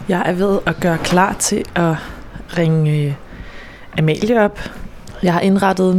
Jeg er ved at gøre klar til at ringe Amalie op. Jeg har indrettet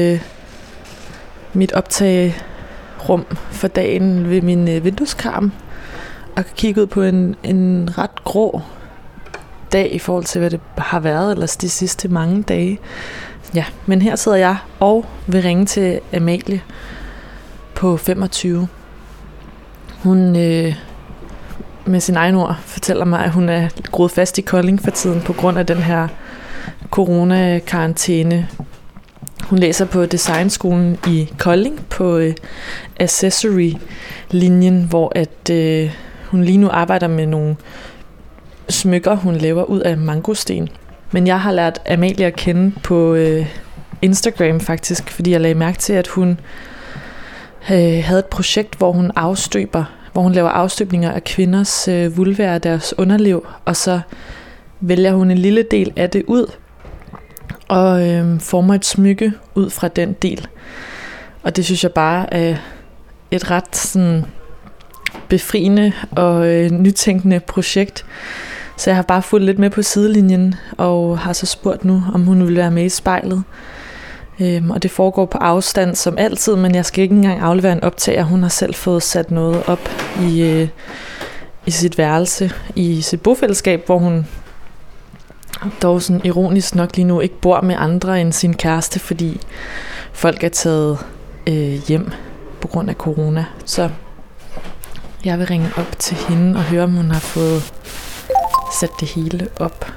mit optagerum for dagen ved min vindueskarm og kigge ud på en ret grå dag i forhold til, hvad det har været ellers de sidste mange dage. Ja, men her sidder jeg og vil ringe til Amalie på 25. Hun med sin egen ord fortæller mig, at hun er groet fast i Kolding for tiden på grund af den her corona-karantæne. Hun læser på designskolen i Kolding på accessory-linjen, hvor hun lige nu arbejder med nogle smykker, hun laver ud af mangosten. Men jeg har lært Amalie at kende på Instagram faktisk, fordi jeg lagde mærke til, at hun havde et projekt, hvor hun laver afstøbninger af kvinders vulva og deres underliv, og så vælger hun en lille del af det ud og former et smykke ud fra den del. Og det synes jeg bare er et ret sådan befriende og nytænkende projekt. Så jeg har bare fulgt lidt med på sidelinjen og har så spurgt nu, om hun vil være med i spejlet. Og det foregår på afstand som altid, men jeg skal ikke engang aflevere en optager. Hun har selv fået sat noget op i sit værelse, i sit bofællesskab, hvor hun dog sådan ironisk nok lige nu ikke bor med andre end sin kæreste, fordi folk er taget hjem på grund af corona. Så jeg vil ringe op til hende og høre, om hun har fået sat det hele op.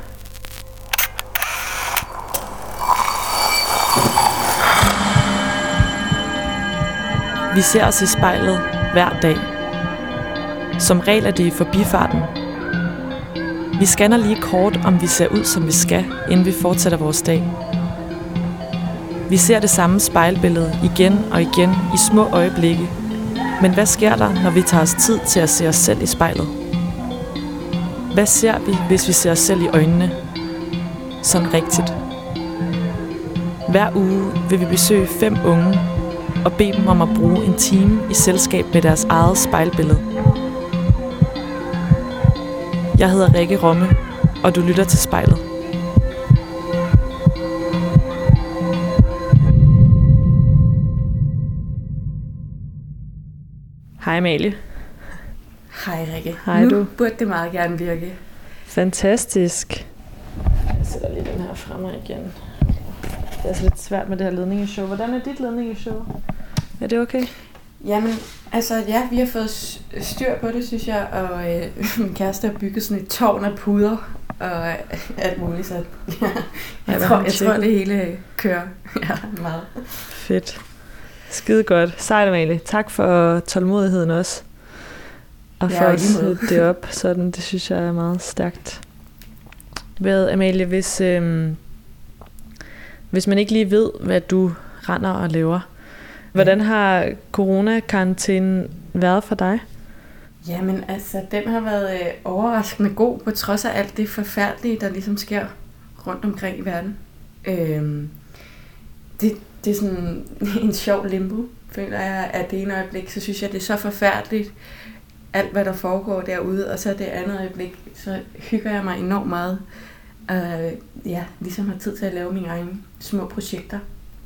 Vi ser os i spejlet hver dag. Som regel er det i forbifarten. Vi scanner lige kort, om vi ser ud, som vi skal, inden vi fortsætter vores dag. Vi ser det samme spejlbillede igen og igen i små øjeblikke. Men hvad sker der, når vi tager os tid til at se os selv i spejlet? Hvad ser vi, hvis vi ser os selv i øjnene? Sådan rigtigt. Hver uge vil vi besøge 5 unge og bede dem om at bruge en time i selskab med deres eget spejlbillede. Jeg hedder Rikke Romme, og du lytter til Spejlet. Hej Amalie. Hej Rikke. Hej du. Nu burde det meget gerne virke. Fantastisk. Jeg sætter lige den her fremme igen. Det er altså lidt svært med det her ledningeshow. Hvordan er dit ledningeshow? Er det okay? Jamen, altså ja, vi har fået styr på det, synes jeg, og min kæreste har bygget sådan et tårn af puder og alt muligt, så ja, jeg tror det hele kører meget. Fedt. Skide godt. Sejt, Amalie. Tak for tålmodigheden også. Og for at sætte det op, sådan, det synes jeg er meget stærkt. Hvad, Amalie, hvis man ikke lige ved, hvad du render og laver, hvordan har corona-karantænen været for dig? Jamen altså, den har været overraskende god, på trods af alt det forfærdelige, der ligesom sker rundt omkring i verden. Det er sådan en sjov limbo, føler jeg, at det ene øjeblik, så synes jeg, det er så forfærdeligt, alt hvad der foregår derude, og så det andet øjeblik, så hygger jeg mig enormt meget. Ligesom har tid til at lave mine egne små projekter.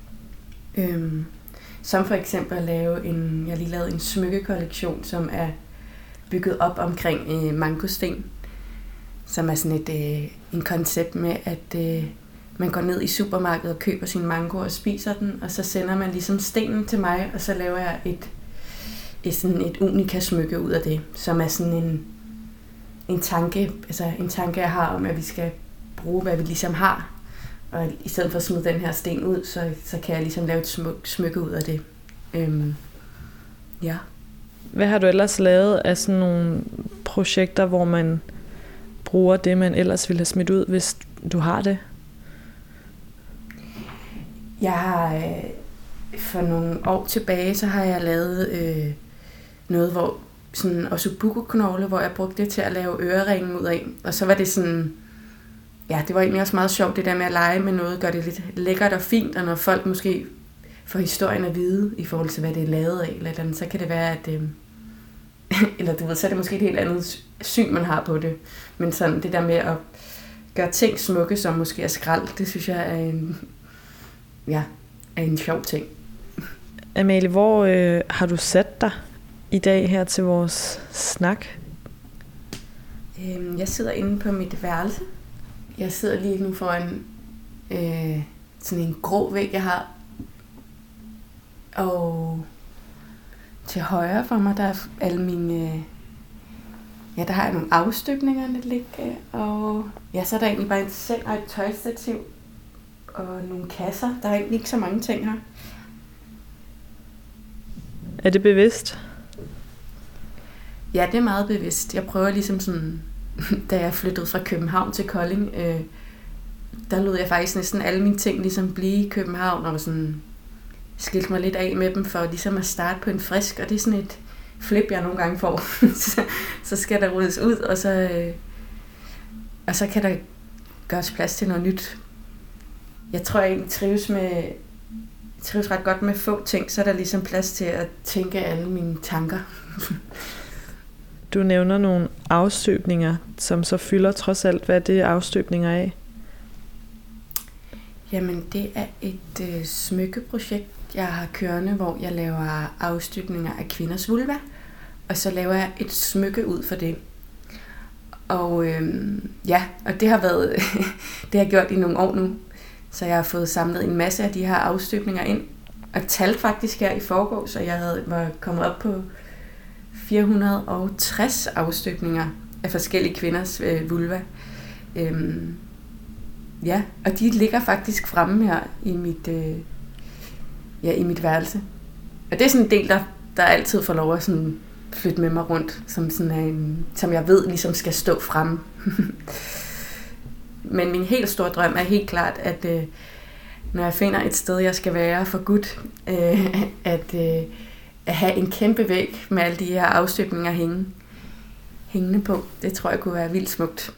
Som for eksempel at jeg har lige lavet en smykkekollektion, som er bygget op omkring mangosten, som er sådan en koncept med, at man går ned i supermarkedet og køber sin mango og spiser den, og så sender man ligesom stenen til mig, og så laver jeg et unika-smykke ud af det, som er sådan en tanke jeg har om, at vi skal bruge, hvad vi ligesom har. Og i stedet for at smide den her sten ud, så kan jeg ligesom lave et smykke ud af det. Ja. Hvad har du ellers lavet af sådan nogle projekter, hvor man bruger det, man ellers ville have smidt ud, hvis du har det? Jeg har for nogle år tilbage, så har jeg lavet noget, hvor sådan ossobuco-knogle, hvor jeg brugte det til at lave øreringen ud af. Og så var det sådan, ja, det var egentlig også meget sjovt, det der med at lege med noget, gør det lidt lækkert og fint, og når folk måske får historien at vide, i forhold til, hvad det er lavet af, eller andet, så kan det være, eller du ved, så er det måske et helt andet syn, man har på det. Men sådan det der med at gøre ting smukke, som måske er skrald, det synes jeg er en sjov ting. Amalie, hvor har du sat dig i dag her til vores snak? Jeg sidder inde på mit værelse. Jeg sidder lige nu foran sådan en grå væg, jeg har. Og til højre for mig, der er alle mine... der har jeg nogle afstøbninger lidt liggende. Og så er der egentlig bare en seng og et tøjstativ. Og nogle kasser. Der er egentlig ikke så mange ting her. Er det bevidst? Ja, det er meget bevidst. Jeg prøver ligesom sådan, da jeg flyttede fra København til Kolding, der lod jeg faktisk næsten alle mine ting ligesom blive i København, og sådan skilte mig lidt af med dem, for ligesom at starte på en frisk, og det er sådan et flip, jeg nogle gange får. Så skal der ryddes ud, og så kan der gøres plads til noget nyt. Jeg tror, jeg egentlig trives ret godt med få ting, så er der ligesom plads til at tænke alle mine tanker. Du nævner nogle afstøbninger, som så fylder trods alt. Hvad er det afstøbninger af? Jamen, det er et smykkeprojekt, jeg har kørende, hvor jeg laver afstøbninger af kvinders vulva, og så laver jeg et smykke ud for det. Og og det har været, det har jeg gjort i nogle år nu, så jeg har fået samlet en masse af de her afstøbninger ind, og talt faktisk her i forgårs, så jeg var kommet op på 460 afstøbninger af forskellige kvinders vulva. Og de ligger faktisk fremme her i mit værelse. Og det er sådan en del, der altid får lov at sådan flytte med mig rundt, som jeg ved ligesom skal stå fremme. Men min helt store drøm er helt klart, at når jeg finder et sted, jeg skal være for Gud, at have en kæmpe væg med alle de her afstøbninger hængende på. Det tror jeg kunne være vildt smukt.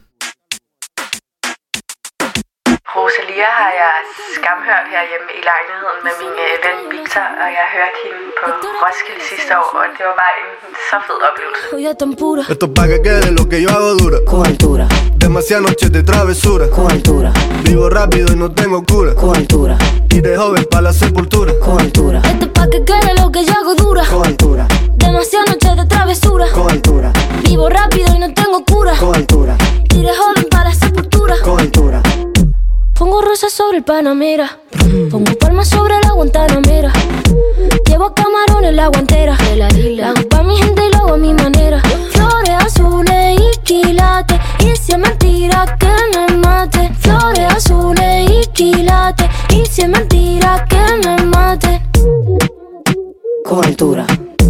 Rosalia har jeg skamhørt herhjemme i lejligheden med min ven Victor, og jeg hørte hende på Roskilde sidste år, og det var bare en så fed oplevelse. Esto pa' que quede lo que yo hago dura. Con altura. Demasiadas noches de travesura. Con altura. Vivo rápido y no tengo cura. Con altura. Y de joven pa' la sepultura. Con altura. Esto pa' que quede lo que yo hago dura. Con altura. Demasiadas noches de travesura. Con altura. Vivo rápido y no tengo cura. Con altura. Y de joven para la sepultura. Con altura. Pongo rosas sobre el Panamera. Pongo palmas sobre la Guantanamera. Llevo camarones la guantera. La hago pa' mi gente y lo hago a mi manera. Flores azules y quilates. Y si es mentira que me mate. Flores azules y quilates. Y si es mentira que me mate. Con altura.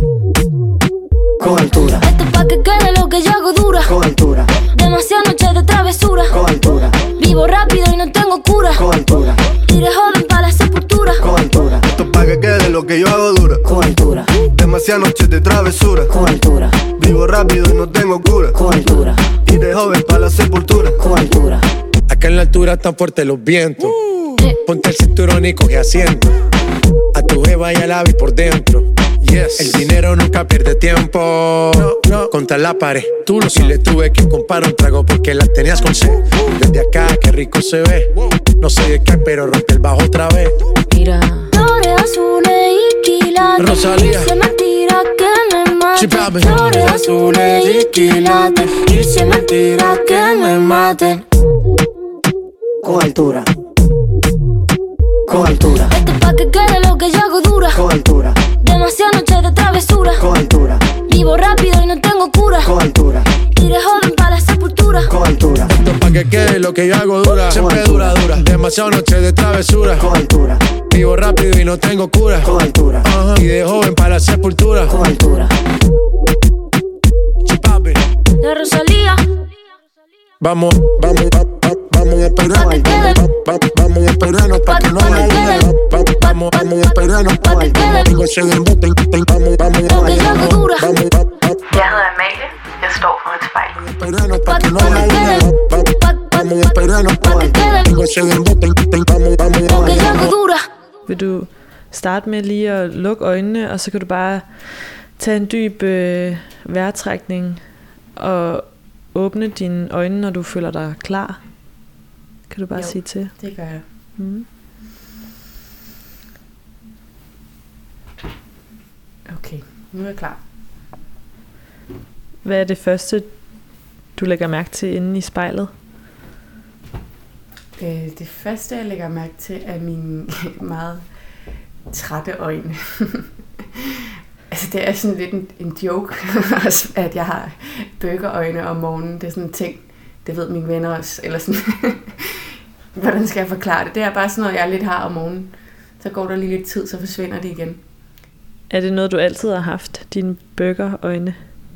Con altura. Esto pa' que quede lo que yo hago dura. Con altura. Demasiadas noches de travesura. Con altura. Vivo rápido y no tengo cura. Con altura. Y de joven para la sepultura. Con altura. Esto pa' que quede lo que yo hago dura. Con altura. Demasiadas noches de travesura. Con altura. Vivo rápido y no tengo cura. Con altura. Y de joven pa' la sepultura. Con altura. Acá en la altura están fuertes los vientos. Ponte el cinturón y coge asiento. A tu jeva y al ave por dentro. Yes. El dinero nunca pierde tiempo. No. Contra la pared. Tú no. Si le tuve que comprar un trago porque la tenías con sed. Desde acá, qué rico se ve. No sé de qué, pero rompe el bajo otra vez. Mira. Flores azules y quilates. Rosalía. Y si es mentira que me mate. Chipame. Flores azules y quilates. Y si es mentira que me mate. Con altura. Con altura. Esto pa' que quede lo que yo hago dura. Con altura. Demasiadas noches de travesura. Con altura. Vivo rápido y no tengo cura. Con altura. Y de joven para la sepultura. Con altura. Esto pa' que quede lo que yo hago dura. Siempre dura. Demasiadas noches de travesura. Con altura. Vivo rápido y no tengo cura. Con altura. Y de joven para la sepultura. Con altura. Chipapi. La Rosalía. Vamos a esperar. Pa' que quede. Vamos a esperarnos pa' que no Pa' que haya. quede. Vamos a esperarnos Pa' que quede. Tengo ese dembote. Vamos Lo que yo hago dura. Jeg hedder Amalie. Jeg står foran et spejl. esperarnos pa' Pa' que no que haya. quede. Vamos a esperarnos Pa' que quede. Tengo ese dembote. Lo que yo hago dura. Vil du starte med lige at lukke øjnene, og så kan du bare Tag en dyb vejrtrækning og åbne dine øjne, når du føler dig klar. Kan du bare sige til? Det gør jeg. Okay, nu er jeg klar. Hvad er det første, du lægger mærke til inde i spejlet? Det første, jeg lægger mærke til, er mine meget trætte øjne. Altså, det er sådan lidt en joke, at jeg har burgerøjne om morgenen. Det er sådan en ting, det ved mine venner også. Eller sådan, hvordan skal jeg forklare det? Det er bare sådan noget, jeg lidt har om morgenen. Så går der lige lidt tid, så forsvinder det igen. Er det noget, du altid har haft, dine burgerøjne?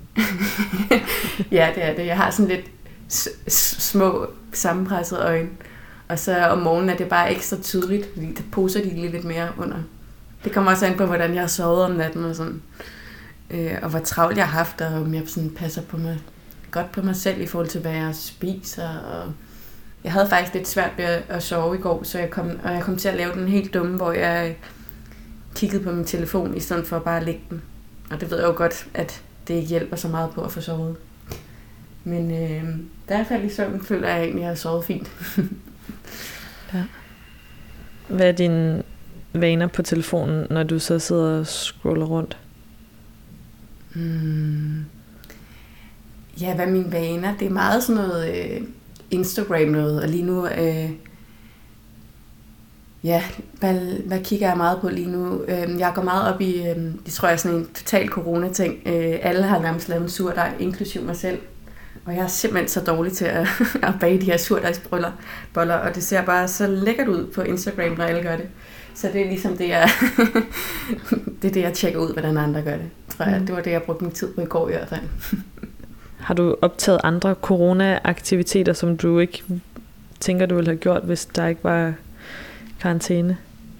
Ja, det er det. Jeg har sådan lidt små, sammenpressede øjne. Og så om morgenen er det bare ekstra tydeligt, fordi der poser de lidt mere under. Det kommer også an på, hvordan jeg har sovet om natten og sådan. Og hvor travlt jeg har haft, og om jeg sådan passer godt på mig selv i forhold til, hvad jeg spiser. Og jeg havde faktisk lidt svært ved at sove i går, så jeg kom til at lave den helt dumme, hvor jeg kiggede på min telefon, i stedet for at bare lægge den. Og det ved jeg jo godt, at det ikke hjælper så meget på at få sovet. Men da jeg faldt i søvn, føler jeg egentlig, at jeg har sovet fint. Ja. Hvad er dine vaner på telefonen, når du så sidder og scroller rundt? Ja, hvad er mine vaner? Det er meget sådan noget Instagram noget, og lige nu... hvad kigger jeg meget på lige nu? Jeg går meget op i, det tror jeg er sådan en total corona-ting. Alle har nærmest lavet en surdej, inklusiv mig selv. Og jeg er simpelthen så dårlig til at bage de her surdejsboller, og det ser bare så lækkert ud på Instagram, når alle gør det. Så det er ligesom det, jeg tjekker ud, hvordan andre gør det. Tror jeg. Det var det, jeg brugte min tid på i går i hvert fald. Har du optaget andre corona-aktiviteter, som du ikke tænker, du ville have gjort, hvis der ikke var karantæne?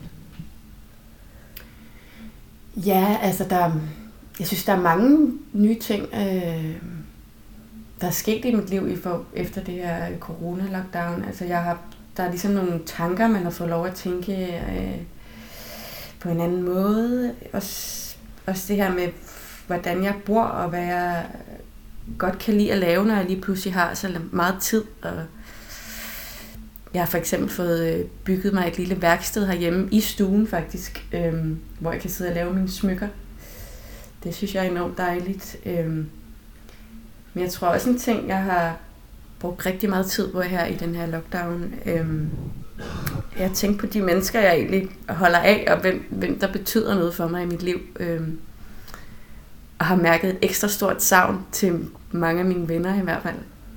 Ja, altså jeg synes, der er mange nye ting, der er sket i mit liv efter det her corona-lockdown. Altså der er ligesom nogle tanker, man har fået lov at tænke på en anden måde. Også det her med, hvordan jeg bor, og hvad jeg godt kan lide at lave, når jeg lige pludselig har så meget tid. Og jeg har for eksempel fået bygget mig et lille værksted herhjemme i stuen faktisk, hvor jeg kan sidde og lave mine smykker. Det synes jeg er enormt dejligt. Men jeg tror også en ting, jeg har brugt rigtig meget tid på her i den her lockdown. Jeg har tænkt på de mennesker, jeg egentlig holder af, og hvem der betyder noget for mig i mit liv. Og har mærket et ekstra stort savn til mange af mine venner i hvert fald.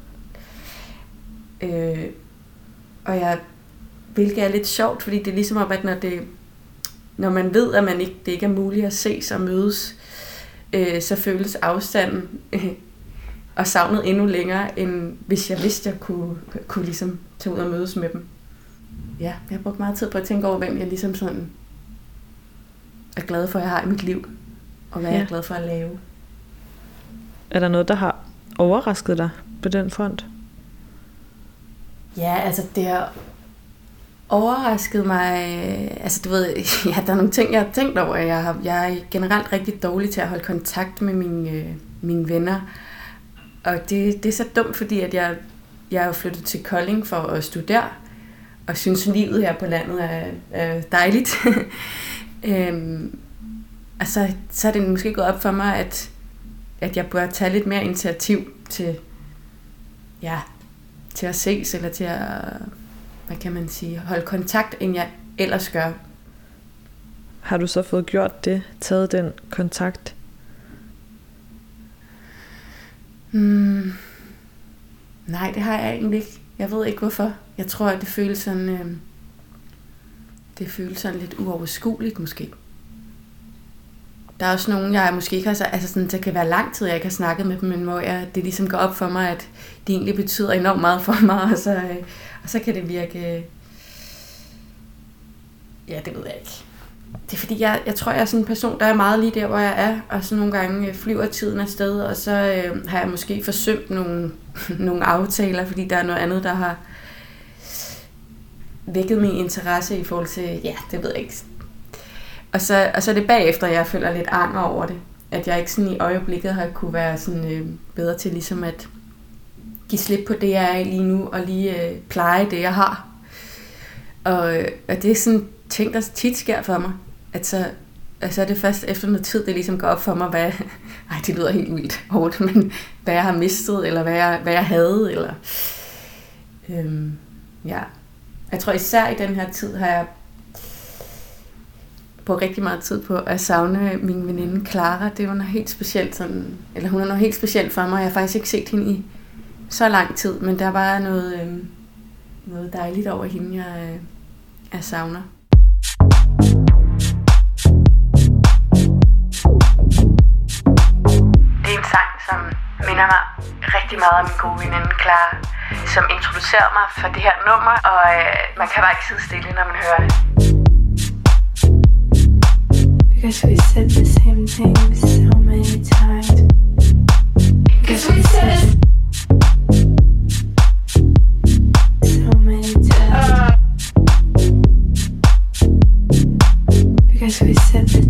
Hvilket er lidt sjovt, fordi det er ligesom om, at når man ved, at det ikke er muligt at ses og mødes, så føles afstanden og savnet endnu længere, end hvis jeg vidste, jeg kunne ligesom tage ud og mødes med dem. Ja, jeg har brugt meget tid på at tænke over, hvem jeg ligesom sådan er glad for, at jeg har i mit liv, og hvad jeg er glad for at lave. Er der noget, der har overrasket dig på den front? Ja, altså det har overrasket mig, altså du ved, ja, der er nogle ting, jeg har tænkt over. Jeg er generelt rigtig dårlig til at holde kontakt med mine venner, og det er så dumt, fordi at jeg er jo flyttet til Kolding for at studere, og synes livet her på landet er dejligt. Og så er det måske gået op for mig, at jeg bør tage lidt mere initiativ til at ses, eller til at, hvad kan man sige, holde kontakt, end jeg ellers gør. Har du så fået gjort det, taget den kontakt? Nej, det har jeg egentlig ikke. Jeg ved ikke hvorfor. Jeg tror, at det føles sådan lidt uoverskueligt måske. Der er også nogen, jeg måske ikke har, altså sådan, det kan være lang tid, jeg ikke har snakket med dem, men hvor det ligesom går op for mig, at de egentlig betyder enormt meget for mig, og så kan det virke, ja, det ved jeg ikke. Det er fordi, jeg tror, jeg er sådan en person, der er meget lige der, hvor jeg er, og så nogle gange flyver tiden afsted, og så har jeg måske forsømt nogle aftaler, fordi der er noget andet, der har vækket min interesse i forhold til, ja, det ved jeg ikke. Og så er det bagefter, jeg føler lidt anger over det. at jeg ikke sådan i øjeblikket har kunne være sådan, bedre til ligesom at give slip på det, jeg er lige nu, og lige pleje det, jeg har. Og det er sådan ting, der tit sker for mig, at så er det først efter noget tid, det ligesom går op for mig, hvad... Ej, det lyder helt vildt hårdt, men hvad jeg har mistet, eller hvad jeg havde, eller... ja. Jeg tror især i den her tid har jeg brugt rigtig meget tid på at savne min veninde Clara. Det var noget helt specielt sådan... Eller hun er noget helt specielt for mig. Jeg har faktisk ikke set hende i så lang tid, men der var noget dejligt over hende, jeg savner. Det er en sang, som minder mig rigtig meget om min gode veninde Clara, som introducerede mig for det her nummer, og man kan bare ikke sidde stille, når man hører det. Because we said the same things so many times. Because we said so many times. Because we said that.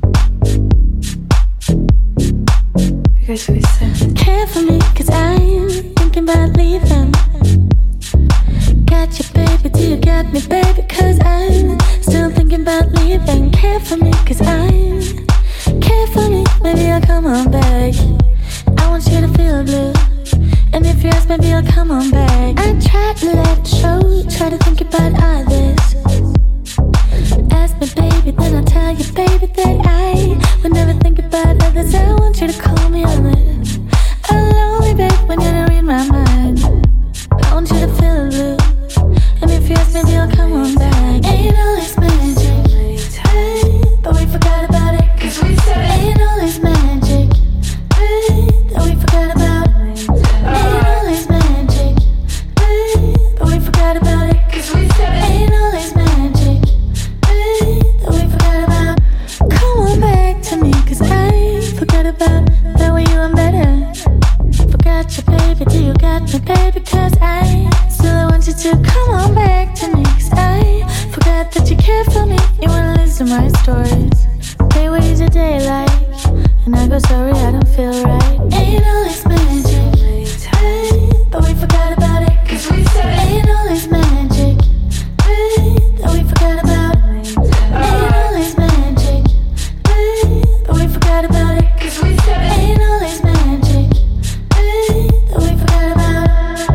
Because we said care for me, cause I'm thinking about leaving. Got you, baby, do you got me, baby? Cause I'm still thinking about leaving. Care for me, cause I'm care for me, maybe I'll come on back. I want you to feel blue, and if you ask, maybe I'll come on back. I try to let it show, try to think about all this. Ask me, baby, then I'll tell you, baby, that I would never think about others. I want you to call me on it. I'm lonely, babe, when you don't read my mind. I want you to feel blue, and if you ask, maybe I'll come on back. Ain't always magic, but we forgot about it. Cause we said ain't always magic, that we forgot about. Ain't always magic, but we forgot about it. Cause we said ain't always magic, that we forgot about. Come on back to me, cause I forgot about that way you are better. Forgot you, baby, do you got me, baby? Cause I still want you to come on back to me. Cause I forgot that you care for me. You wanna listen to my stories. Hey, what is your day like? And I go, sorry, I don't feel right. Ain't always magic, but we forgot about it. Cause we said ain't always magic, that we forgot about. Ain't always magic, but we forgot about it. Cause we said ain't always magic, that we forgot about.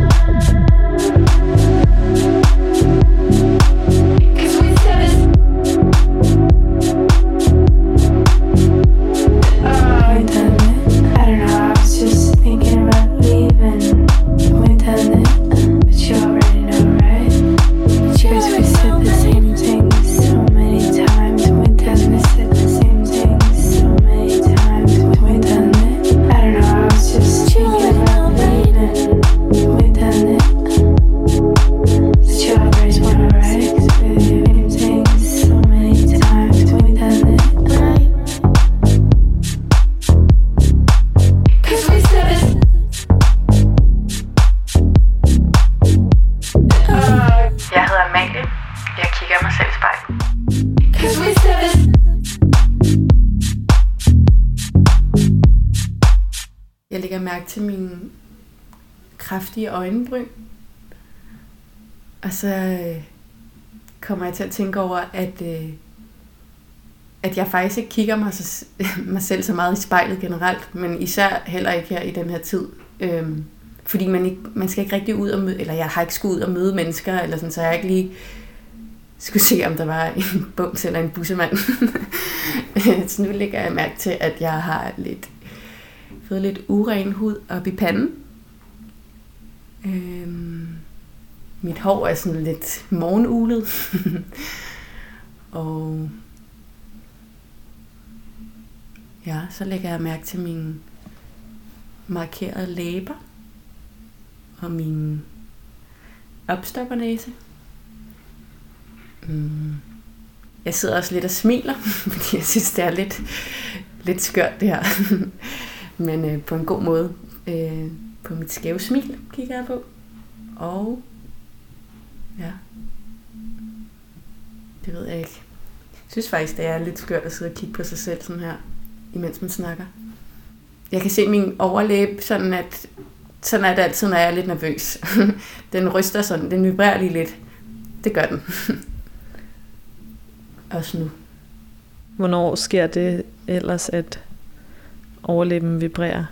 Cause we said we done it. I don't know, I was just thinking about leaving. We done it, but you already know, right? Because we said the same things so many times. We done it, said the same things so many times. We done it. I don't know, I was just thinking about leaving. We done it, but you already know, right? Because we did the same things so many times. We done it, right? Cause we said it. Jeg hedder Amalie. Jeg kigger mig selv i spejlet. Cause we said it. Jeg lægger mærke til mine kraftige øjenbryn. Og så kommer jeg til at tænke over, at jeg faktisk ikke kigger mig selv så meget i spejlet generelt, men især heller ikke her i den her tid. Fordi man skal ikke rigtig ud og møde, eller jeg har ikke skulle ud og møde mennesker, eller sådan, så jeg ikke lige skulle se, om der var en bums eller en bussemand. Så nu lægger jeg mærke til, at jeg har fået lidt uren hud op i panden. Mit hår er sådan lidt morgenulet. Og ja, så lægger jeg mærke til mine markerede læber og min opstoppernæse. Jeg sidder også lidt og smiler, fordi jeg synes, det er lidt skørt det her. Men på en god måde. På mit skæve smil kigger jeg på. Og ja, det ved jeg ikke. Jeg synes faktisk, det er lidt skørt at sidde og kigge på sig selv sådan her. imens man snakker. Jeg kan se min overlæbe, sådan er det altid, når jeg er lidt nervøs. Den ryster sådan, den vibrerer lige lidt. Det gør den. Også nu. Hvornår sker det ellers, at overlæben vibrerer?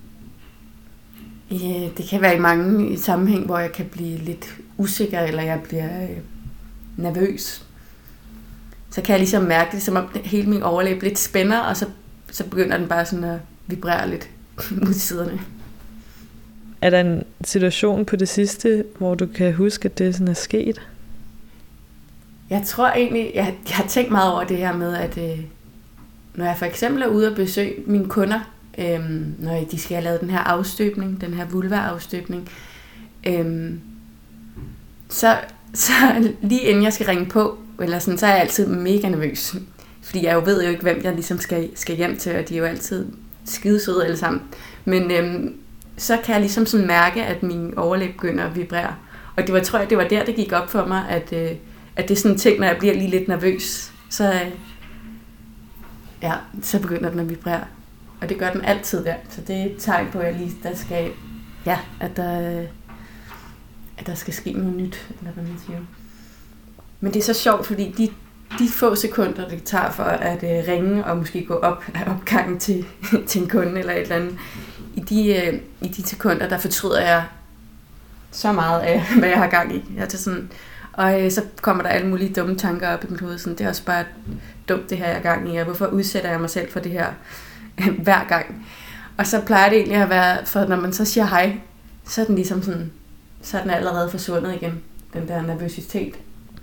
Ja, det kan være i mange sammenhæng, hvor jeg kan blive lidt usikker, eller jeg bliver nervøs. Så kan jeg ligesom mærke det, som om hele min overlæbe lidt spænder, og så begynder den bare sådan at vibrere lidt mod siderne. Er der en situation på det sidste, hvor du kan huske, at det sådan er sket? Jeg tror egentlig, jeg har tænkt meget over det her med, at når jeg for eksempel er ude og besøge mine kunder, når de skal have lavet den her afstøbning, den her vulva-afstøbning, så lige inden jeg skal ringe på, eller sådan, så er jeg altid mega nervøs. Fordi jeg ved jo ikke, hvem jeg ligesom skal hjem til, og de er jo altid skidesøde alle sammen. Men så kan jeg ligesom sådan mærke, at min overlæb begynder at vibrere. Og det var der, det gik op for mig, at det er sådan en ting, når jeg bliver lige lidt nervøs, så begynder den at vibrere. Og det gør den altid der. Så det er et tegn på, at der skal ske noget nyt, eller hvad man siger. Men det er så sjovt, fordi de få sekunder, det tager for at ringe og måske gå op af opgangen til en kunde eller et eller andet, i de sekunder, der fortryder jeg så meget af, hvad jeg har gang i. Og så kommer der alle mulige dumme tanker op i mit hoved. Sådan, det er også bare dumt, det her jeg er gang i, og hvorfor udsætter jeg mig selv for det her hver gang? Og så plejer det egentlig at være, for når man så siger hej, så er den ligesom sådan, så er den allerede forsvundet igen, den der nervøsitet.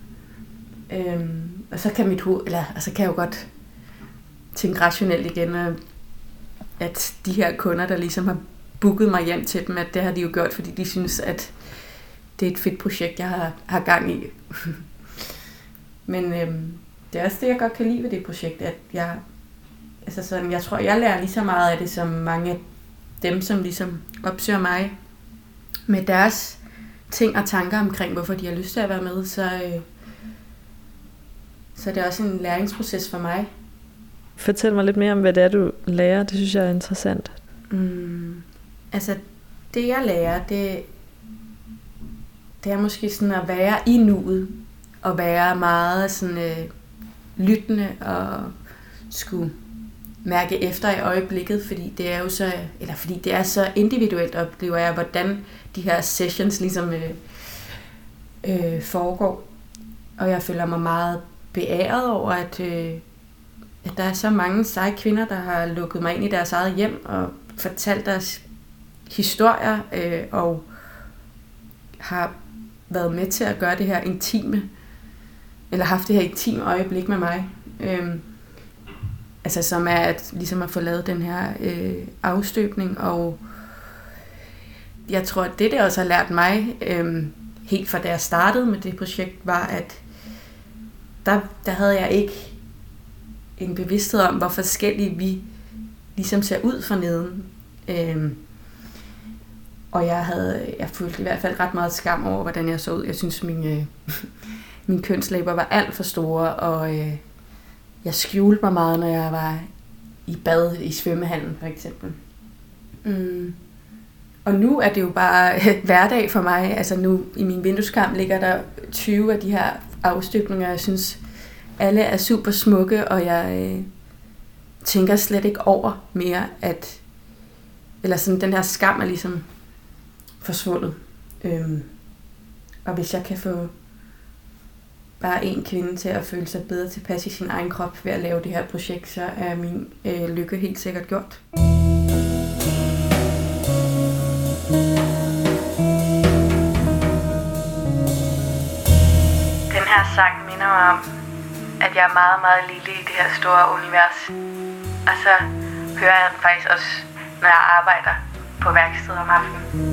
Og så kan mit hoved, så kan jeg jo godt tænke rationelt igen, at de her kunder, der ligesom har booket mig hjem til dem, at det har de jo gjort, fordi de synes, at det er et fedt projekt, jeg har gang i. Men det er også det, jeg godt kan lide ved det projekt, at jeg tror, jeg lærer lige så meget af det, som mange af dem, som ligesom opsøger mig med deres ting og tanker omkring, hvorfor de har lyst til at være med, så det er også en læringsproces for mig. Fortæl mig lidt mere om, hvad det er, du lærer. Det synes jeg er interessant. Det jeg lærer, det er måske sådan at være i nuet, og være meget sådan lyttende, og skulle mærke efter i øjeblikket, fordi det er så individuelt, oplever jeg, hvordan de her sessions ligesom foregår. Og jeg føler mig meget beæret over, at der er så mange seje kvinder, der har lukket mig ind i deres eget hjem og fortalt deres historier, og har været med til at gøre det her intime, eller haft det her intime øjeblik med mig. Som er at ligesom at få lavet den her afstøbning, og jeg tror, at det også har lært mig, helt fra da jeg startede med det projekt, var, at der havde jeg ikke en bevidsthed om, hvor forskellige vi ligesom ser ud for neden. Og jeg følte i hvert fald ret meget skam over, hvordan jeg så ud. Jeg synes, mine kønslæber var alt for store, og jeg skjulte mig meget, når jeg var i bad i svømmehallen, for eksempel. Og nu er det jo bare hverdag for mig. Altså nu i min vindueskarm ligger der 20 af de her afstøbninger. Jeg synes, alle er super smukke, og jeg tænker slet ikke over mere, eller sådan den her skam er ligesom forsvundet. Og hvis jeg kan få bare en kvinde til at føle sig bedre tilpas i sin egen krop ved at lave det her projekt, så er min lykke helt sikkert gjort. Den her sang minder mig om, at jeg er meget, meget lille i det her store univers. Og så hører jeg den faktisk også, når jeg arbejder på værksted om aftenen.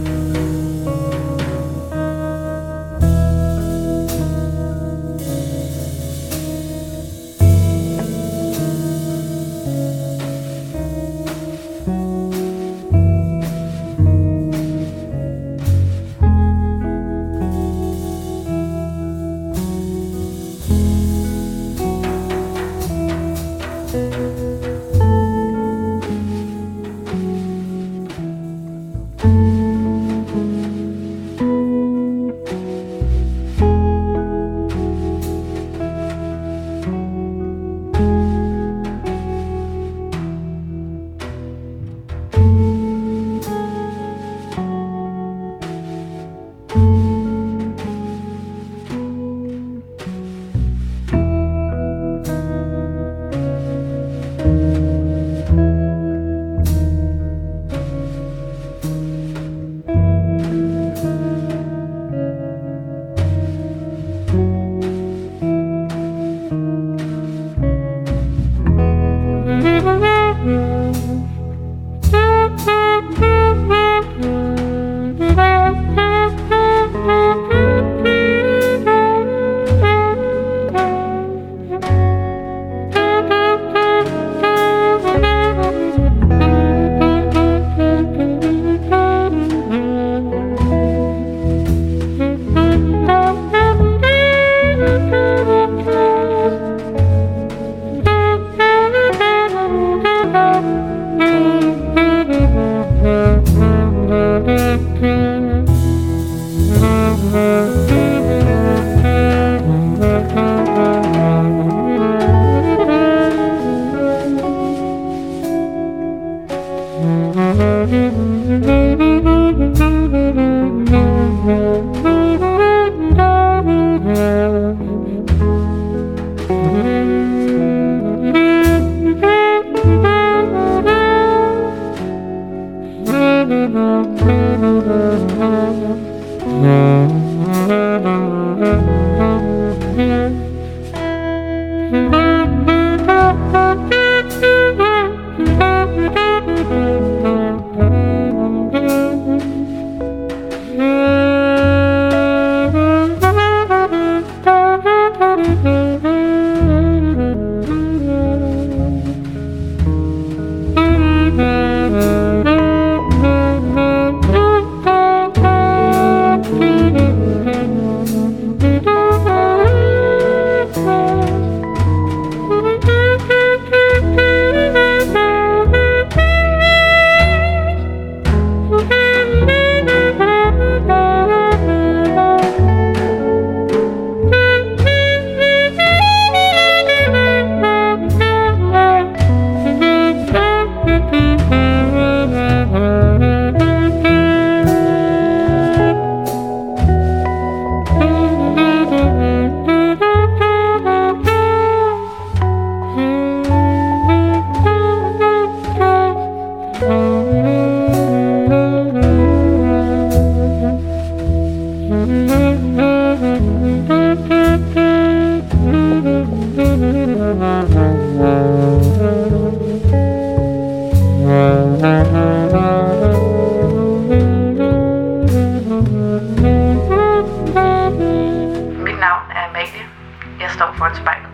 Mit navn er Amalie. Jeg står foran spejlet.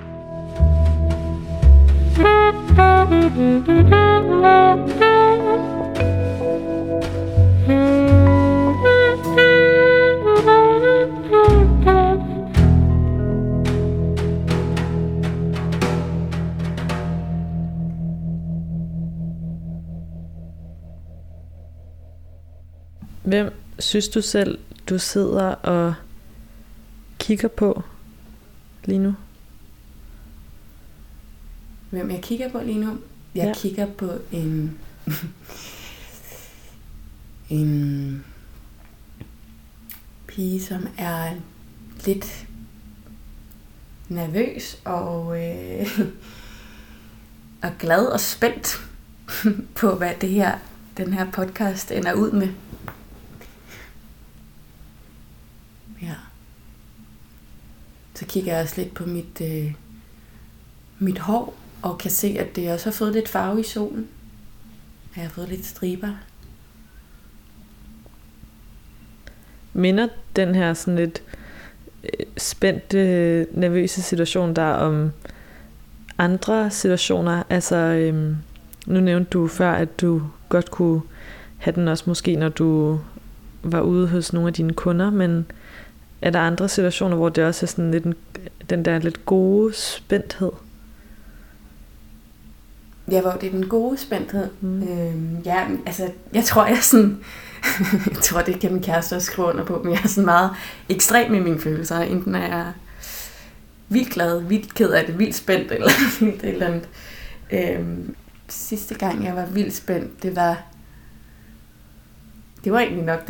Hvem synes du selv, du sidder og kigger på lige nu? Hvem jeg kigger på lige nu? Jeg kigger på en pige, som er lidt nervøs og glad og spændt på, hvad den her podcast ender ud med. Ja. Så kigger jeg også lidt på mit hår, og kan se, at det også har fået lidt farve i solen. Jeg har fået lidt striber. Minder den her sådan lidt spændte, nervøse situation der om andre situationer? Altså, nu nævnte du før, at du godt kunne have den også måske, når du var ude hos nogle af dine kunder, men er der andre situationer, hvor det også er sådan lidt den der lidt gode spændthed? Ja, hvor det er den gode spændthed. Ja, altså, jeg tror, jeg er sådan... jeg tror, det kan min kæreste også skrive under på, men jeg er sådan meget ekstrem i mine følelser. Enten er jeg vildt glad, vildt ked af det, vildt spændt, eller vildt et eller andet. Sidste gang, jeg var vildt spændt, det var egentlig nok,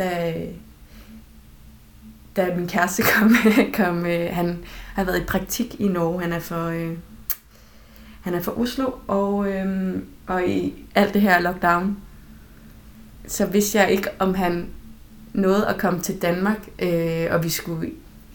da min kæreste kom han har været i praktik i Norge. Han er fra Oslo, og i alt det her lockdown, så vidste jeg ikke, om han nåede at komme til Danmark, og vi skulle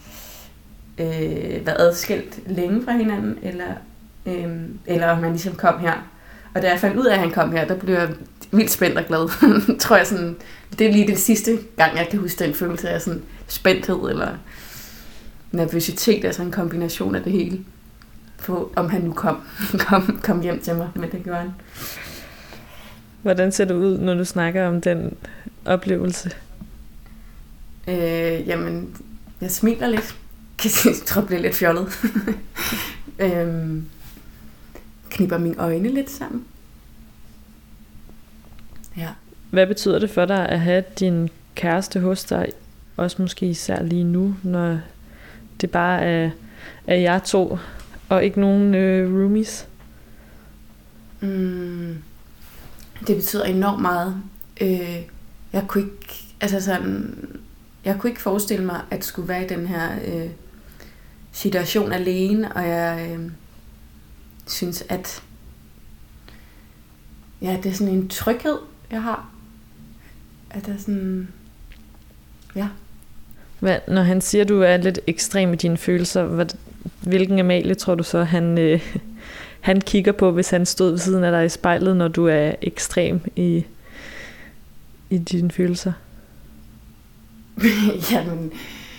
være adskilt længe fra hinanden, eller om han ligesom kom her. Og da jeg fandt ud af, at han kom her, der blev jeg vildt spændt og glad. Tror jeg sådan, det er lige det sidste gang, jeg kan huske den følelse af sådan spændthed eller nervøsitet, altså en kombination af det hele. På, om han nu kom hjem til mig, men det gjorde han. Hvordan ser du ud, når du snakker om den oplevelse? Jamen, jeg smiler lidt. Jeg tror, jeg bliver lidt fjollet. Knipper mine øjne lidt sammen. Ja. Hvad betyder det for dig at have din kæreste hos dig? Også måske især lige nu, når det bare er jer to, og ikke nogen roomies? Det betyder enormt meget. Jeg kunne ikke forestille mig, at skulle være i den her situation alene, og jeg synes, at det er sådan en tryghed, jeg har. At det er sådan, ja. Når han siger, at du er lidt ekstrem i dine følelser, hvilken Amalie tror du så, han kigger på, hvis han stod ved siden af dig i spejlet, når du er ekstrem i dine følelser? Jamen,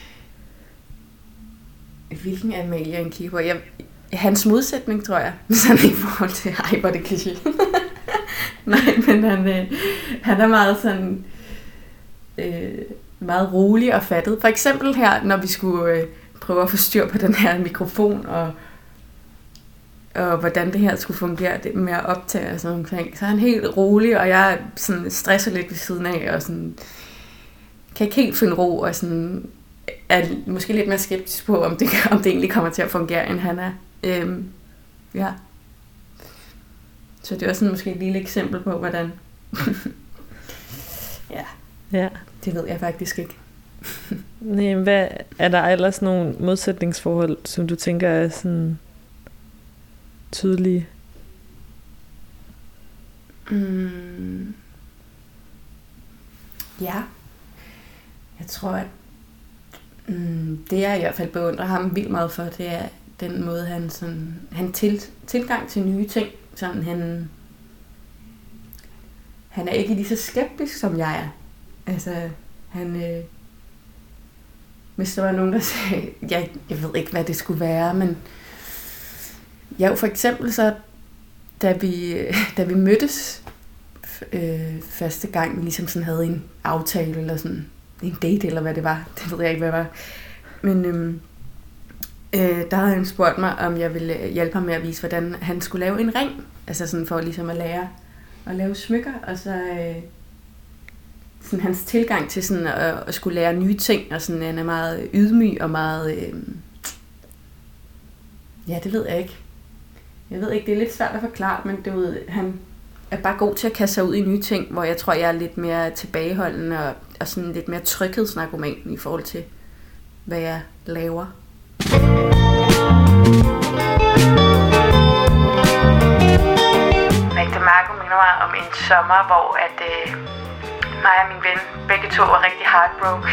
hvilken Amalie han kigger på? Hans modsætning, tror jeg. Sådan i forhold til, hvor det kliché. Nej, men han er meget sådan meget rolig og fattet. For eksempel her, når vi skulle prøve at få styr på den her mikrofon, og hvordan det her skulle fungere det med at optage og sådan omkring. Så er han helt rolig, og jeg sådan stresser lidt ved siden af, og sådan kan ikke helt finde ro, og sådan er måske lidt mere skeptisk på, om det egentlig kommer til at fungere, end han er. Ja. Så det er også sådan måske et lille eksempel på, hvordan... ja, det ved jeg faktisk ikke. Nej, hvad er der ellers nogle modsætningsforhold, som du tænker er sådan tydelige? Ja. Jeg tror, at det jeg i hvert fald beundrer ham vildt meget for, det er den måde, han tilgang til nye ting. Sådan, han er ikke lige så skeptisk, som jeg er. Altså, hvis der var nogen, der sagde, jeg ved ikke, hvad det skulle være, men jo, for eksempel så, da vi mødtes første gang, vi ligesom sådan havde en aftale, eller sådan en date, eller hvad det var, det ved jeg ikke, hvad det var, men der havde han spurgt mig, om jeg ville hjælpe ham med at vise, hvordan han skulle lave en ring, altså sådan for ligesom at lære at lave smykker, og så sådan hans tilgang til sådan at skulle lære nye ting, og sådan, han er meget ydmyg og meget, ja, det ved jeg ikke. Jeg ved ikke, det er lidt svært at forklare, men du ved, han er bare god til at kaste sig ud i nye ting, hvor jeg tror, jeg er lidt mere tilbageholdende og sådan lidt mere tryghedsnarkoman i forhold til, hvad jeg laver. Magda Marco minder mig om en sommer, hvor at mig og min ven begge to var rigtig heartbroken.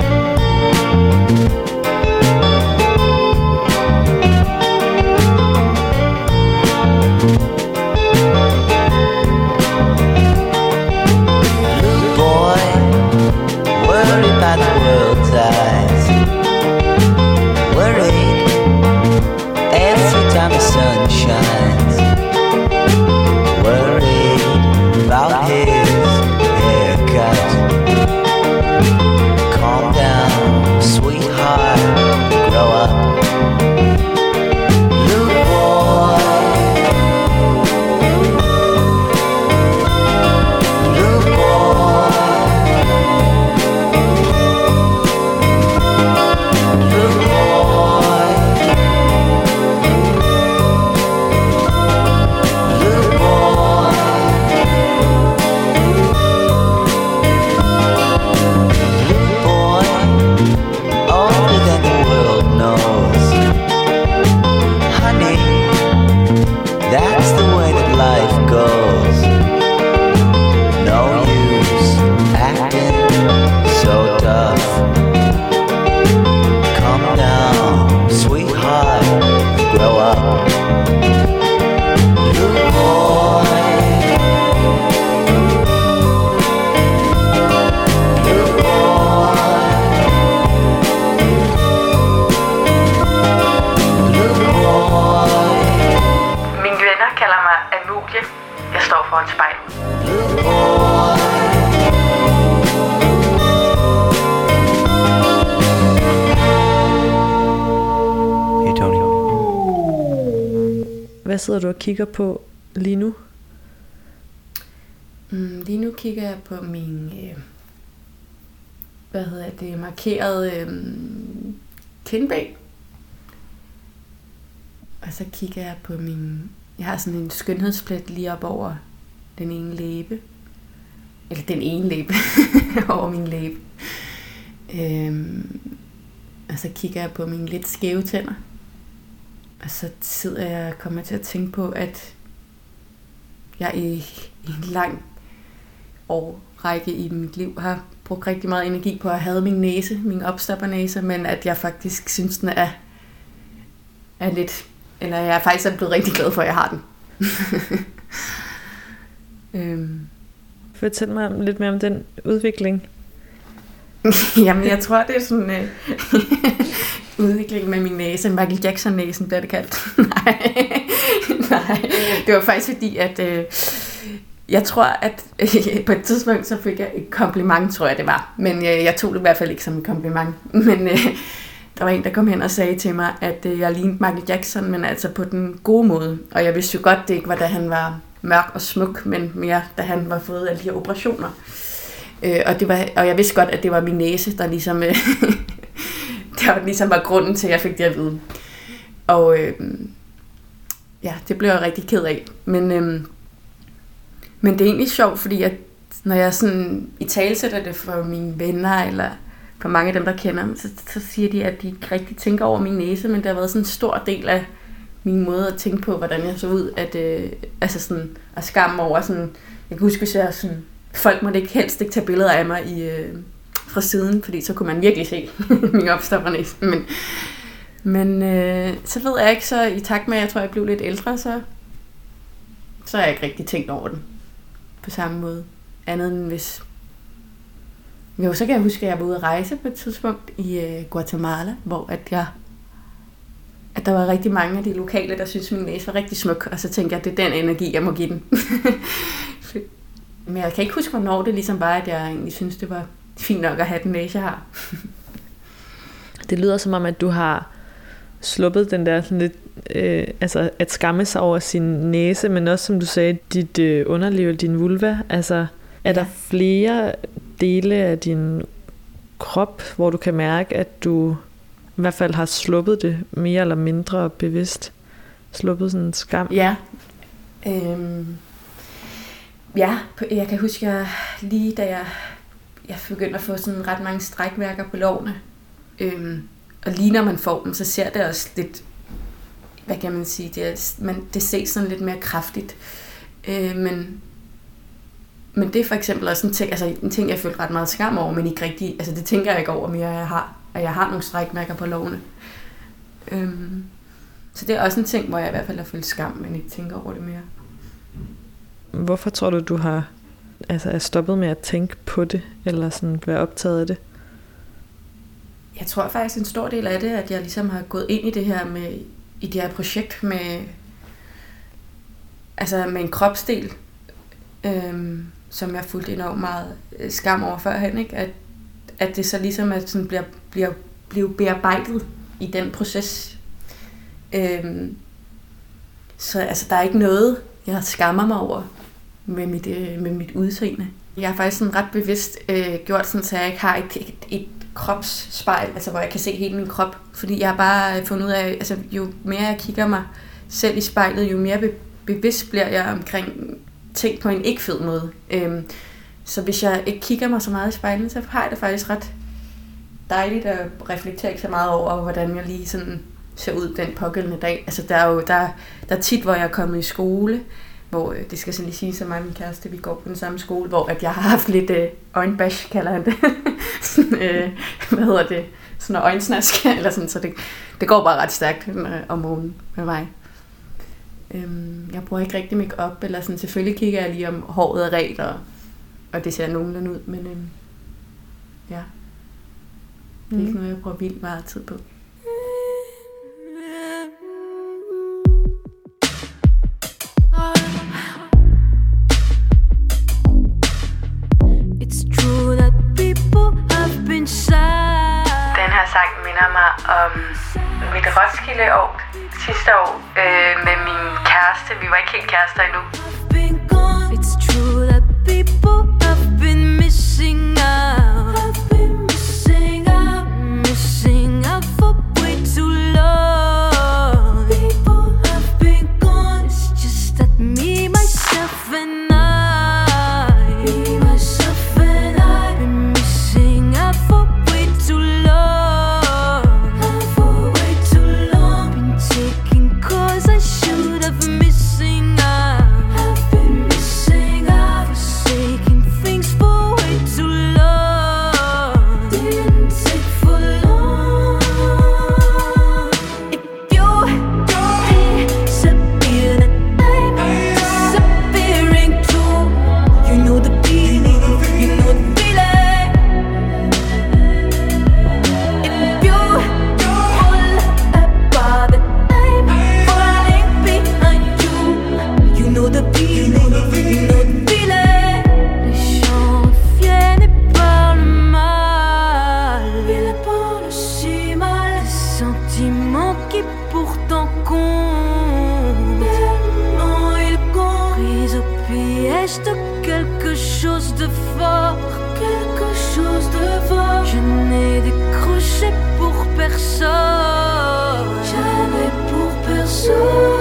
Hvad sidder du og kigger på lige nu? Lige nu kigger jeg på min markeret kindben. Og så kigger jeg på jeg har sådan en skønhedsplet lige op over den ene læbe. Eller den ene læbe over min læbe. Og så kigger jeg på mine lidt skæve tænder. Og så sidder jeg og kommer til at tænke på, at jeg i en lang årrække i mit liv har brugt rigtig meget energi på at have min næse, min opstoppernæse, men at jeg faktisk synes, den er lidt, eller jeg er faktisk blevet rigtig glad for, at jeg har den. Fortæl mig lidt mere om den udvikling. Jamen, jeg tror, det er sådan udvikling med min næse. Michael Jackson-næsen bliver det kaldt. Nej. Det var faktisk fordi, at jeg tror, at på et tidspunkt, så fik jeg et kompliment, tror jeg det var. Men jeg tog det i hvert fald ikke som et kompliment. Men der var en, der kom hen og sagde til mig, at jeg lignede Michael Jackson, men altså på den gode måde. Og jeg vidste jo godt, det ikke var, da han var mørk og smuk, men mere, da han var fået alle de her operationer. Og jeg vidste godt, at det var min næse, der ligesom, der ligesom var grunden til, at jeg fik det at vide. Og ja, det blev jeg rigtig ked af. Men det er egentlig sjovt, fordi når jeg sådan italesætter det for mine venner, eller for mange af dem, der kender mig, så siger de, at de ikke rigtig tænker over min næse, men det har været sådan en stor del af min måde at tænke på, hvordan jeg så ud, altså sådan at skamme over sådan, jeg kan huske, hvis jeg sådan, folk måtte helst ikke tage billeder af mig fra siden, fordi så kunne man virkelig se min opstoppernæse. Men så ved jeg ikke, så i takt med, at jeg tror, jeg blev lidt ældre, så har jeg ikke rigtig tænkt over den på samme måde. Andet end hvis... Jo, så kan jeg huske, at jeg var ude at rejse på et tidspunkt i Guatemala, hvor at der var rigtig mange af de lokale, der syntes, min næse var rigtig smuk, og så tænkte jeg, at det er den energi, jeg må give den. Men jeg kan ikke huske, hvornår det ligesom var, at jeg egentlig synes, det var fint nok at have den næse, jeg har. Det lyder som om, at du har sluppet den der sådan lidt, altså at skamme sig over sin næse, men også, som du sagde, dit underliv, din vulva. Altså, er der flere dele af din krop, hvor du kan mærke, at du i hvert fald har sluppet det mere eller mindre bevidst? Sluppet sådan en skam? Ja. Ja, jeg kan huske, at lige da jeg begyndte at få sådan ret mange strækmærker på lårene, og lige når man får dem, så ser det også lidt, hvad kan man sige, det ses sådan lidt mere kraftigt. Men det er for eksempel også en ting, jeg følte ret meget skam over, men ikke rigtig, altså det tænker jeg ikke over mere, at jeg har nogle strækmærker på lårene. Så det er også en ting, hvor jeg i hvert fald har følt skam, men ikke tænker over det mere. Hvorfor tror du har er stoppet med at tænke på det, eller sådan være optaget af det? Jeg tror faktisk en stor del af det, at jeg ligesom har gået ind i det her i det her projekt med en kropsdel, som jeg fulgte enormt meget skam over førhen, ikke? At det så ligesom at sådan bliver bearbejdet i den proces. Så altså, der er ikke noget, jeg skammer mig over med mit udseende. Jeg har faktisk sådan ret bevidst gjort sådan, så jeg ikke har et kropsspejl, altså hvor jeg kan se hele min krop. Fordi jeg har bare fundet ud af, altså jo mere jeg kigger mig selv i spejlet, jo mere bevidst bliver jeg omkring ting på en ikke fed måde. Så hvis jeg ikke kigger mig så meget i spejlet, så har jeg det faktisk ret dejligt at reflektere ikke så meget over, hvordan jeg lige sådan ser ud den pågældende dag. Altså der er tit, hvor jeg er kommet i skole, hvor det skal sådan lige sige, så mig og min kæreste, vi går på den samme skole, hvor at jeg har haft lidt øjenbash, kalder han det. Sådan, hvad hedder det? Sådan øjensnask, eller sådan, så det går bare ret stærkt om morgenen med mig. Jeg bruger ikke rigtig make-up, eller sådan, selvfølgelig kigger jeg lige om håret er rent, og det ser nogenlunde ud, men ja. Det er ikke noget, jeg bruger vildt meget tid på. Den her sang minder mig om mit Roskilde-år sidste år med min kæreste. Vi var ikke helt kærester endnu. It's true that people have been missing out. qui pourtant compte. Tellement il compte. Prise au piège de quelque chose de fort. Quelque chose de fort. Je n'ai décroché pour personne. Jamais pour personne.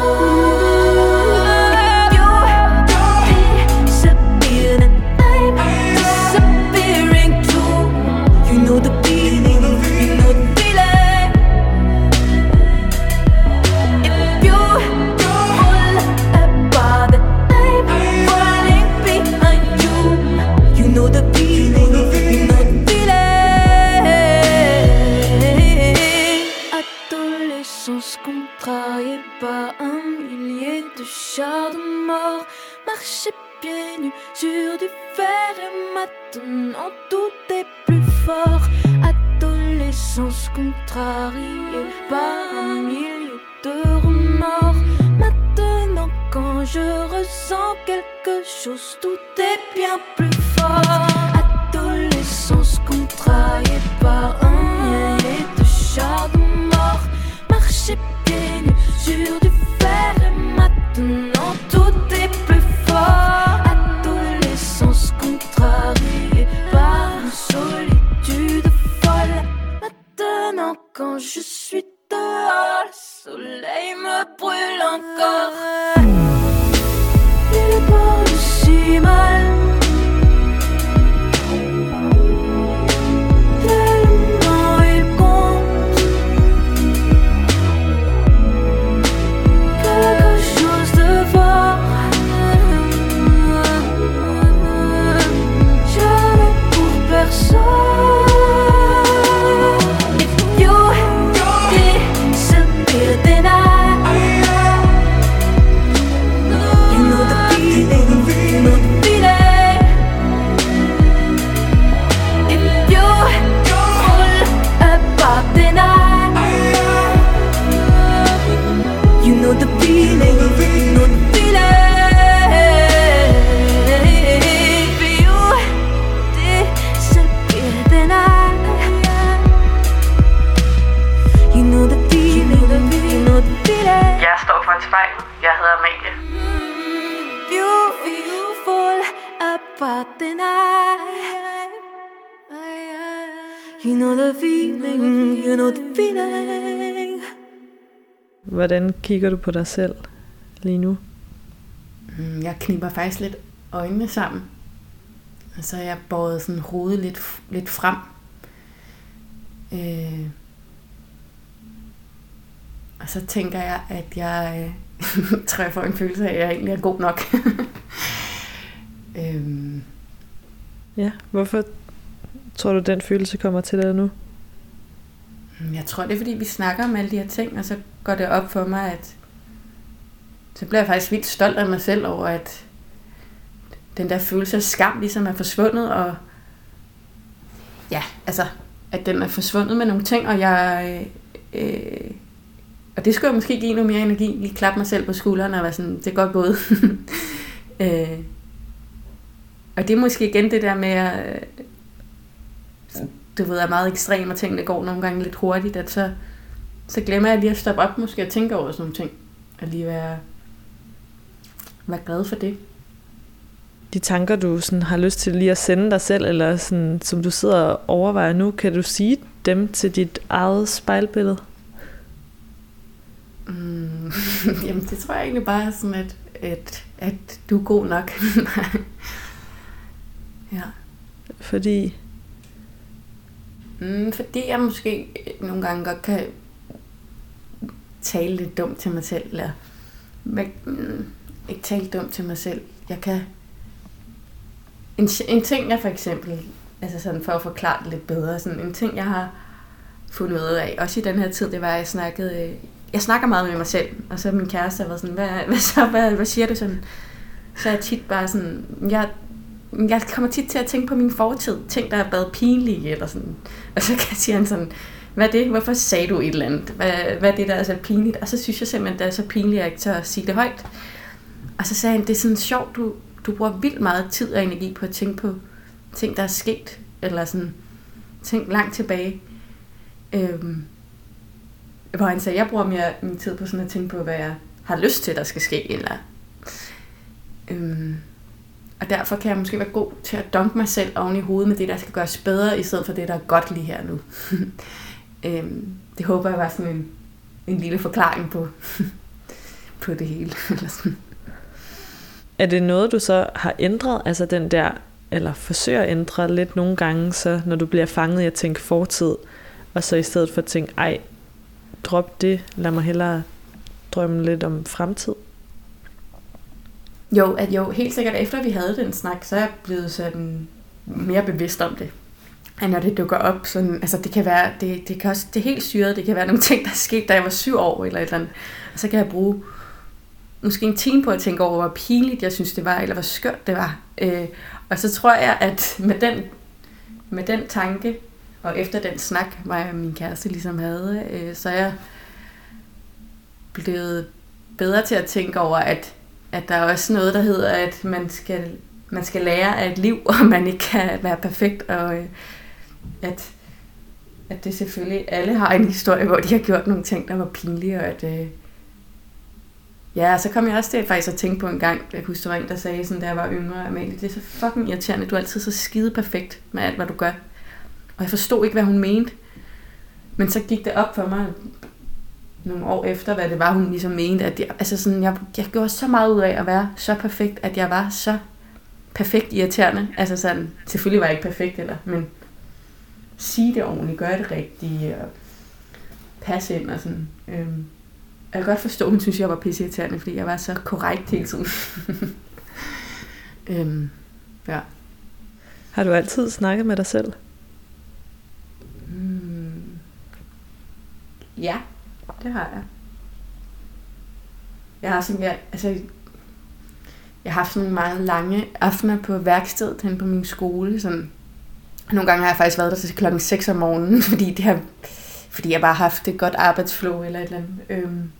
Contrarié par un millier de chars de mort, marcher pieds nus sur du fer et maintenant tout est plus fort. Adolescence contrariée par un millier de remords. Maintenant quand je ressens quelque chose, tout est bien plus fort. Adolescence contrariée par un millier de chars de mort, marcher pieds nus sur du fer et maintenant tout est plus fort. Adolescence contrariée par une solitude folle. Maintenant quand je suis dehors, le soleil me brûle encore. Il parle si mal. Jeg hedder Amalie. Beautiful about the night. You know the feeling, you know the feeling. Hvordan kigger du på dig selv lige nu? Jeg knipper faktisk lidt øjnene sammen. Og så er jeg båret sådan hovedet lidt frem. Og så tænker jeg, at jeg tror jeg får en følelse af, at jeg egentlig er god nok. Ja, hvorfor tror du, den følelse kommer til dig nu? Jeg tror, det er, fordi vi snakker om alle de her ting, og så går det op for mig, at så bliver jeg faktisk vildt stolt af mig selv over, at den der følelse af skam ligesom er forsvundet, og ja, altså, at den er forsvundet med nogle ting, og jeg... og det skulle jeg måske give noget mere energi, lige klappe mig selv på skulderen og være sådan, det er godt gået. Og det er måske igen det der med, at du ved, er meget ekstrem, og tingene går nogle gange lidt hurtigt, at så glemmer jeg lige at stoppe op måske og tænke over sådan nogle ting, og lige være glad for det. De tanker, du sådan har lyst til lige at sende dig selv, eller sådan, som du sidder og overvejer nu, kan du sige dem til dit eget spejlbillede? Jamen, det tror jeg egentlig bare sådan, at du er god nok. Ja. Fordi? Fordi jeg måske nogle gange godt kan tale lidt dumt til mig selv, eller ikke tale dumt til mig selv. Jeg kan... En ting jeg for eksempel, altså sådan for at forklare det lidt bedre, sådan en ting jeg har fundet ud af, også i den her tid, det var, at jeg snakker meget med mig selv, og så min kæreste har været sådan, hvad siger du sådan? Så er jeg tit bare sådan, jeg kommer tit til at tænke på min fortid, ting der har været pinlige, eller sådan, og så siger han sådan, hvad er det? Hvorfor sagde du et eller andet? Hvad er det, der er så pinligt? Og så synes jeg simpelthen, det er så pinligt, at jeg ikke tør at sige det højt. Og så sagde han, det er sådan sjovt, du bruger vildt meget tid og energi på at tænke på ting, der er sket, eller sådan ting langt tilbage. hvor han sagde, jeg bruger mere min tid på sådan at tænke på, hvad jeg har lyst til, der skal ske, eller og derfor kan jeg måske være god til at dunke mig selv oven i hovedet med det, der skal gøres bedre, i stedet for det, der er godt lige her nu. Det håber jeg var sådan en lille forklaring på det hele. Er det noget, du så har ændret, altså den der, eller forsøger at ændre lidt nogle gange, så når du bliver fanget i at tænke fortid, og så i stedet for at tænke, ej, drop det, lad mig hellere drømme lidt om fremtid? Jo, helt sikkert efter vi havde den snak, så er jeg blevet sådan mere bevidst om det. Og når det dukker op, sådan, altså det kan være, det kan også, det er helt syret, det kan være nogle ting, der er sket, da jeg var 7 år eller et eller andet. Og så kan jeg bruge måske en time på at tænke over, hvor pinligt jeg synes det var, eller hvor skørt det var. Og så tror jeg, at med den tanke, og efter den snak, mig og min kæreste ligesom havde, så er jeg blevet bedre til at tænke over, at der er også noget, der hedder, at man skal lære af et liv, og man ikke kan være perfekt, og at det selvfølgelig, alle har en historie, hvor de har gjort nogle ting, der var pinlige, og at så kom jeg også til faktisk at tænke på en gang, jeg husker, der var en, der sagde sådan, da jeg var yngre, Amalie, det er så fucking irriterende, du er altid så skide perfekt med alt, hvad du gør. Og jeg forstod ikke, hvad hun mente, men så gik det op for mig nogle år efter, hvad det var, hun ligesom mente, at jeg gjorde så meget ud af at være så perfekt, at jeg var så perfekt irriterende. Altså sådan, selvfølgelig var jeg ikke perfekt, men sige det ordentligt, gøre det rigtigt, og passe ind og sådan. Jeg kan godt forstå, at hun synes, jeg var pisseirriterende, fordi jeg var så korrekt hele tiden. Ja. Har du altid snakket med dig selv? Ja, det har jeg. Jeg har haft sådan meget lange aftener på værkstedet hen på min skole. Sådan. Nogle gange har jeg faktisk været der til klokken 6 om morgenen, fordi jeg bare har haft et godt arbejdsflow eller et eller andet.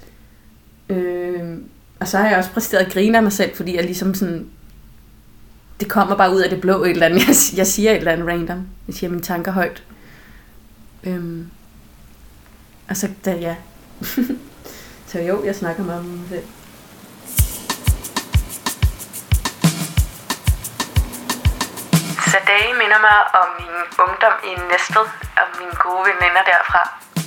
Og så har jeg også præsteret at grine af mig selv, fordi jeg ligesom sådan, det kommer bare ud af det blå et eller andet. Jeg siger et eller andet random. Jeg siger mine tanker højt. Og så så jo, jeg snakker meget om mig selv. Så dage minder mig om min ungdom i Næstved, og mine gode veninder derfra.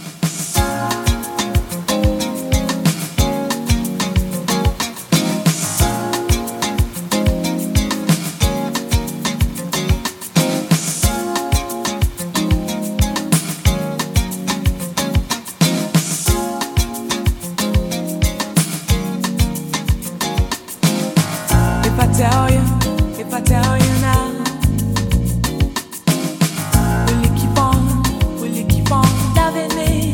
If I tell you now, will you keep on loving me?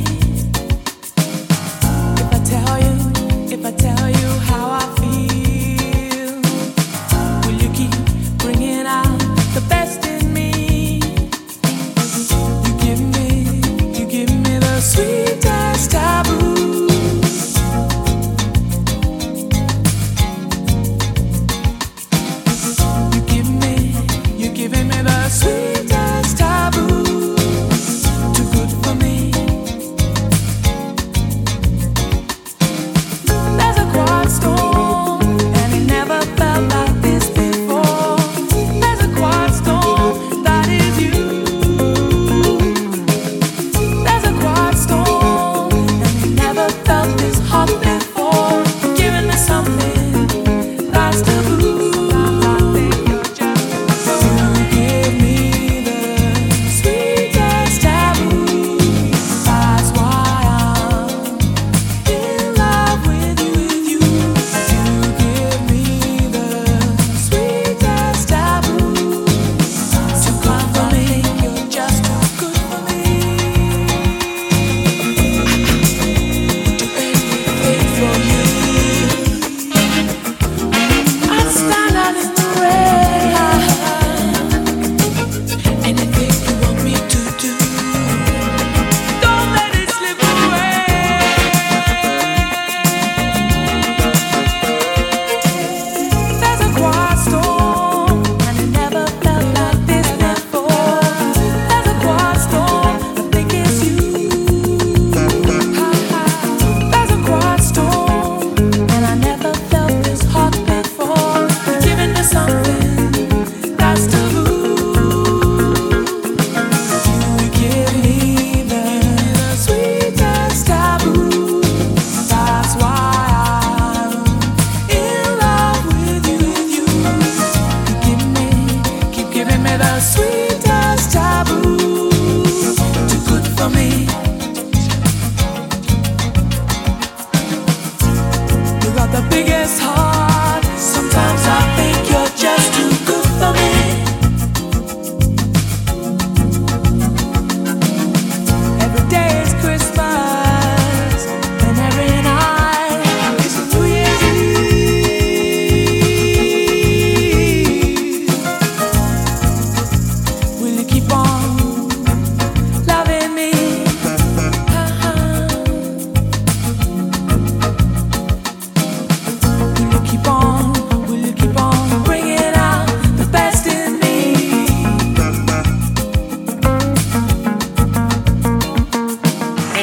If I tell you how I feel, will you keep bringing out the best in me? You give me the sweetest taboo. Giving me the sweetest taboo, too good for me. There's a quiet storm, and it never felt like this before. There's a quiet storm, that is you. There's a quiet storm, and it never felt this hot before. Giving me something that's taboo.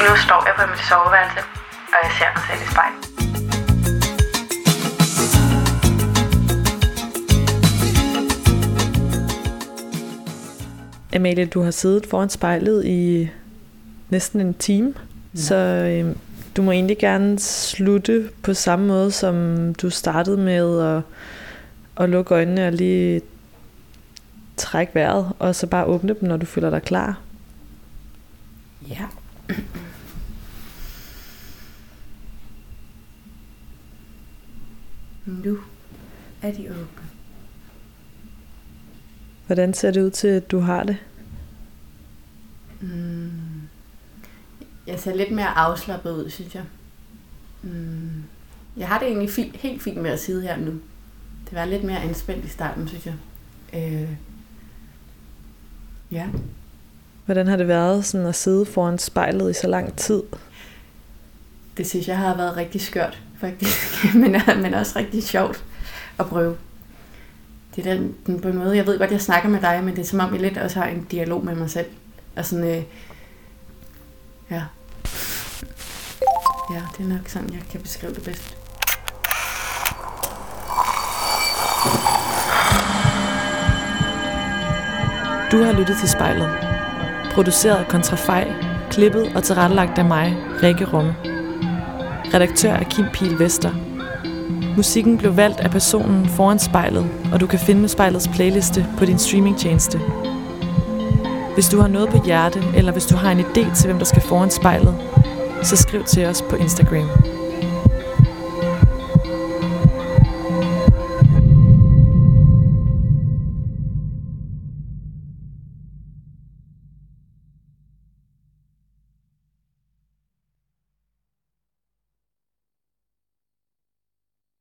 Lige nu står jeg på mit soveværelse, og jeg ser mig selv i spejlet. Amalie, du har siddet foran spejlet i næsten en time, så du må egentlig gerne slutte på samme måde, som du startede med at lukke øjnene og lige trække vejret, og så bare åbne dem, når du føler dig klar. Ja. Nu er de åbne. Hvordan ser det ud til, at du har det? Jeg ser lidt mere afslappet ud, synes jeg. Jeg har det egentlig helt fint med at sidde her nu. Det var lidt mere anspændt i starten, synes jeg. Ja. Hvordan har det været sådan at sidde foran spejlet i så lang tid? Det synes jeg har været rigtig skørt, faktisk. men også rigtig sjovt at prøve. Det er den på en måde, jeg ved godt, jeg snakker med dig, men det er som om, jeg lidt også har en dialog med mig selv. Og sådan, ja. Ja, det er nok sådan, jeg kan beskrive det bedst. Du har lyttet til Spejlet. Produceret af Kontrafej, klippet og tilrettelagt af mig, Rikke Rumme. Redaktør er Kim Pihl Vester. Musikken blev valgt af personen foran spejlet, og du kan finde Spejlets playliste på din streamingtjeneste. Hvis du har noget på hjerte, eller hvis du har en idé til, hvem der skal foran spejlet, så skriv til os på Instagram.